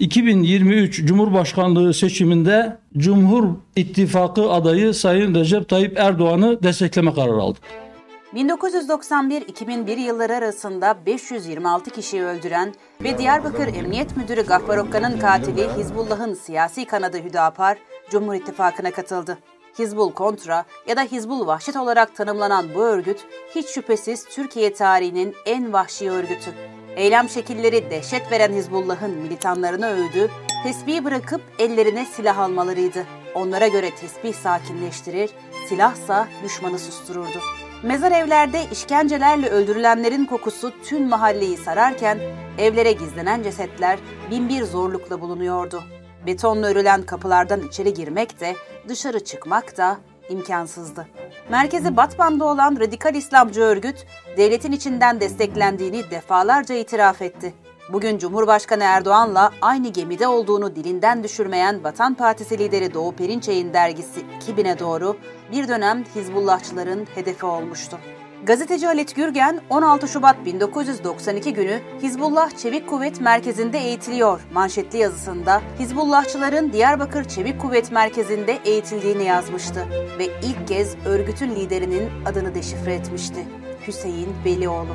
2023 Cumhurbaşkanlığı seçiminde Cumhur İttifakı adayı Sayın Recep Tayyip Erdoğan'ı destekleme kararı aldık. 1991-2001 yılları arasında 526 kişiyi öldüren ve Diyarbakır Emniyet Müdürü Gaffar Okkan'ın katili Hizbullah'ın siyasi kanadı Hüdapar, Cumhur İttifakı'na katıldı. Hizbul Kontra ya da Hizbul Vahşet olarak tanımlanan bu örgüt, hiç şüphesiz Türkiye tarihinin en vahşi örgütü. Eylem şekilleri dehşet veren Hizbullah'ın militanlarını övdü, tesbihi bırakıp ellerine silah almalarıydı. Onlara göre tesbih sakinleştirir, silahsa düşmanı sustururdu. Mezar evlerde işkencelerle öldürülenlerin kokusu tüm mahalleyi sararken evlere gizlenen cesetler binbir zorlukla bulunuyordu. Betonla örülen kapılardan içeri girmek de dışarı çıkmak da imkansızdı. Merkezi Batman'da olan radikal İslamcı örgüt, devletin içinden desteklendiğini defalarca itiraf etti. Bugün Cumhurbaşkanı Erdoğan'la aynı gemide olduğunu dilinden düşürmeyen Vatan Partisi lideri Doğu Perinçek'in dergisi 2000'e doğru bir dönem Hizbullahçıların hedefi olmuştu. Gazeteci Halit Gürgen, 16 Şubat 1992 günü Hizbullah Çevik Kuvvet Merkezi'nde eğitiliyor manşetli yazısında Hizbullahçıların Diyarbakır Çevik Kuvvet Merkezi'nde eğitildiğini yazmıştı ve ilk kez örgütün liderinin adını deşifre etmişti: Hüseyin Velioğlu.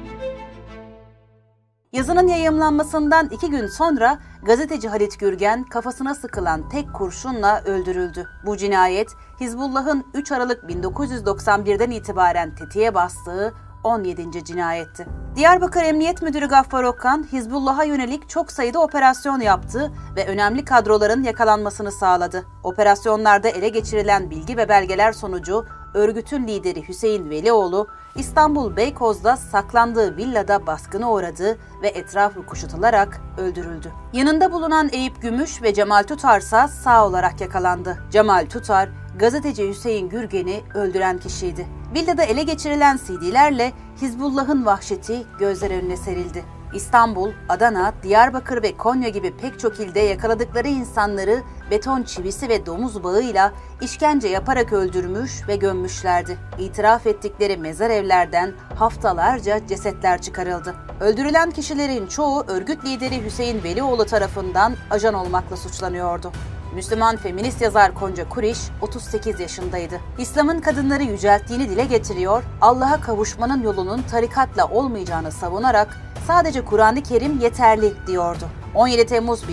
Yazının yayımlanmasından 2 gün sonra gazeteci Halit Gürgen kafasına sıkılan tek kurşunla öldürüldü. Bu cinayet Hizbullah'ın 3 Aralık 1991'den itibaren tetiğe bastığı 17. cinayetti. Diyarbakır Emniyet Müdürü Gaffar Okkan, Hizbullah'a yönelik çok sayıda operasyon yaptı ve önemli kadroların yakalanmasını sağladı. Operasyonlarda ele geçirilen bilgi ve belgeler sonucu örgütün lideri Hüseyin Velioğlu, İstanbul Beykoz'da saklandığı villada baskına uğradı ve etrafı kuşatılarak öldürüldü. Yanında bulunan Eyüp Gümüş ve Cemal Tutar ise sağ olarak yakalandı. Cemal Tutar, gazeteci Hüseyin Gürgen'i öldüren kişiydi. Villada ele geçirilen CD'lerle Hizbullah'ın vahşeti gözler önüne serildi. İstanbul, Adana, Diyarbakır ve Konya gibi pek çok ilde yakaladıkları insanları beton çivisi ve domuz bağıyla işkence yaparak öldürmüş ve gömmüşlerdi. İtiraf ettikleri mezar evlerden haftalarca cesetler çıkarıldı. Öldürülen kişilerin çoğu örgüt lideri Hüseyin Velioğlu tarafından ajan olmakla suçlanıyordu. Müslüman feminist yazar Gonca Kuriş 38 yaşındaydı. İslam'ın kadınları yücelttiğini dile getiriyor, Allah'a kavuşmanın yolunun tarikatla olmayacağını savunarak sadece Kur'an-ı Kerim yeterli diyordu. 17 Temmuz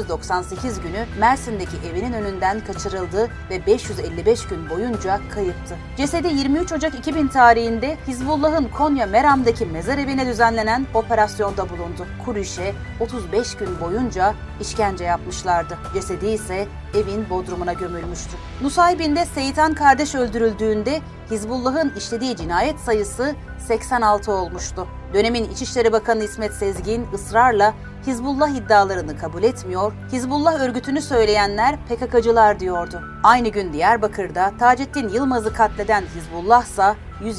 1998 günü Mersin'deki evinin önünden kaçırıldı ve 555 gün boyunca kayıptı. Cesedi 23 Ocak 2000 tarihinde Hizbullah'ın Konya Meram'daki mezar evine düzenlenen operasyonda bulundu. Kuriş'e 35 gün boyunca işkence yapmışlardı. Cesedi ise evin bodrumuna gömülmüştü. Nusaybin'de Seyitan kardeş öldürüldüğünde Hizbullah'ın işlediği cinayet sayısı 86 olmuştu. Dönemin İçişleri Bakanı İsmet Sezgin ısrarla Hizbullah iddialarını kabul etmiyor, Hizbullah örgütünü söyleyenler PKK'cılar diyordu. Aynı gün Diyarbakır'da Taceddin Yılmaz'ı katleden Hizbullah ise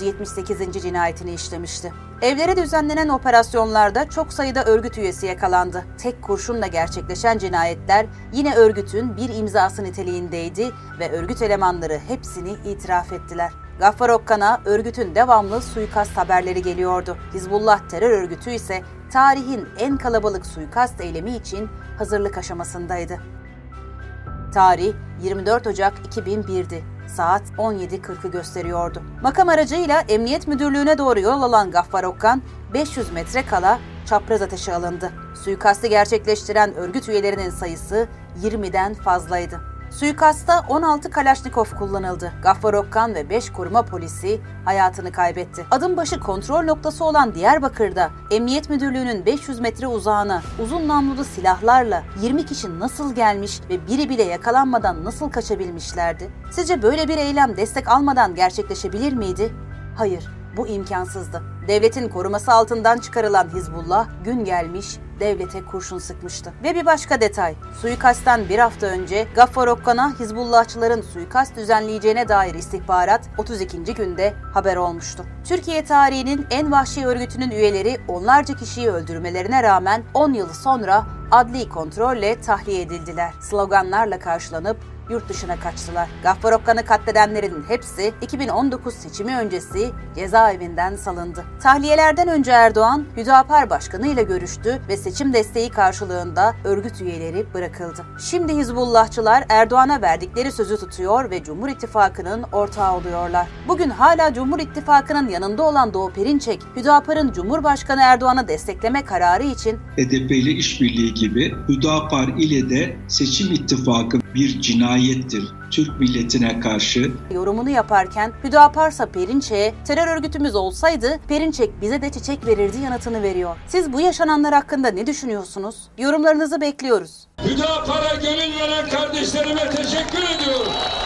178. cinayetini işlemişti. Evlere düzenlenen operasyonlarda çok sayıda örgüt üyesi yakalandı. Tek kurşunla gerçekleşen cinayetler yine örgütün bir imzası niteliğindeydi ve örgüt elemanları hepsini itiraf ettiler. Gaffar Okkan'a örgütün devamlı suikast haberleri geliyordu. Hizbullah terör örgütü ise tarihin en kalabalık suikast eylemi için hazırlık aşamasındaydı. Tarih 24 Ocak 2001'di. Saat 17.40'ı gösteriyordu. Makam aracıyla Emniyet Müdürlüğü'ne doğru yol alan Gaffar Okkan, 500 metre kala çapraz ateşe alındı. Suikastı gerçekleştiren örgüt üyelerinin sayısı 20'den fazlaydı. Suikastta 16 Kalaşnikov kullanıldı. Gaffar Okkan ve 5 koruma polisi hayatını kaybetti. Adım başı kontrol noktası olan Diyarbakır'da Emniyet Müdürlüğü'nün 500 metre uzağına uzun namlulu silahlarla 20 kişi nasıl gelmiş ve biri bile yakalanmadan nasıl kaçabilmişlerdi? Sizce böyle bir eylem destek almadan gerçekleşebilir miydi? Hayır, bu imkansızdı. Devletin koruması altından çıkarılan Hizbullah gün gelmiş devlete kurşun sıkmıştı. Ve bir başka detay, suikastten bir hafta önce Gaffar Okkan'a Hizbullahçıların suikast düzenleyeceğine dair istihbarat 32. günde haber olmuştu. Türkiye tarihinin en vahşi örgütünün üyeleri onlarca kişiyi öldürmelerine rağmen 10 yıl sonra adli kontrolle tahliye edildiler. Sloganlarla karşılanıp yurt dışına kaçtılar. Gaffar Okkan'ı katledenlerin hepsi 2019 seçimi öncesi cezaevinden salındı. Tahliyelerden önce Erdoğan, Hüdapar Başkanı ile görüştü ve seçim desteği karşılığında örgüt üyeleri bırakıldı. Şimdi Hizbullahçılar Erdoğan'a verdikleri sözü tutuyor ve Cumhur İttifakı'nın ortağı oluyorlar. Bugün hala Cumhur İttifakı'nın yanında olan Doğu Perinçek, Hüdapar'ın Cumhurbaşkanı Erdoğan'ı destekleme kararı için HDP ile işbirliği gibi Hüdapar ile de seçim ittifakı bir cinayettir Türk milletine karşı yorumunu yaparken Hüdaparsa Perinçek'e terör örgütümüz olsaydı Perinçek bize de çiçek verirdi yanıtını veriyor. Siz bu yaşananlar hakkında ne düşünüyorsunuz? Yorumlarınızı bekliyoruz. Hüdapar'a gönül veren kardeşlerime teşekkür ediyorum.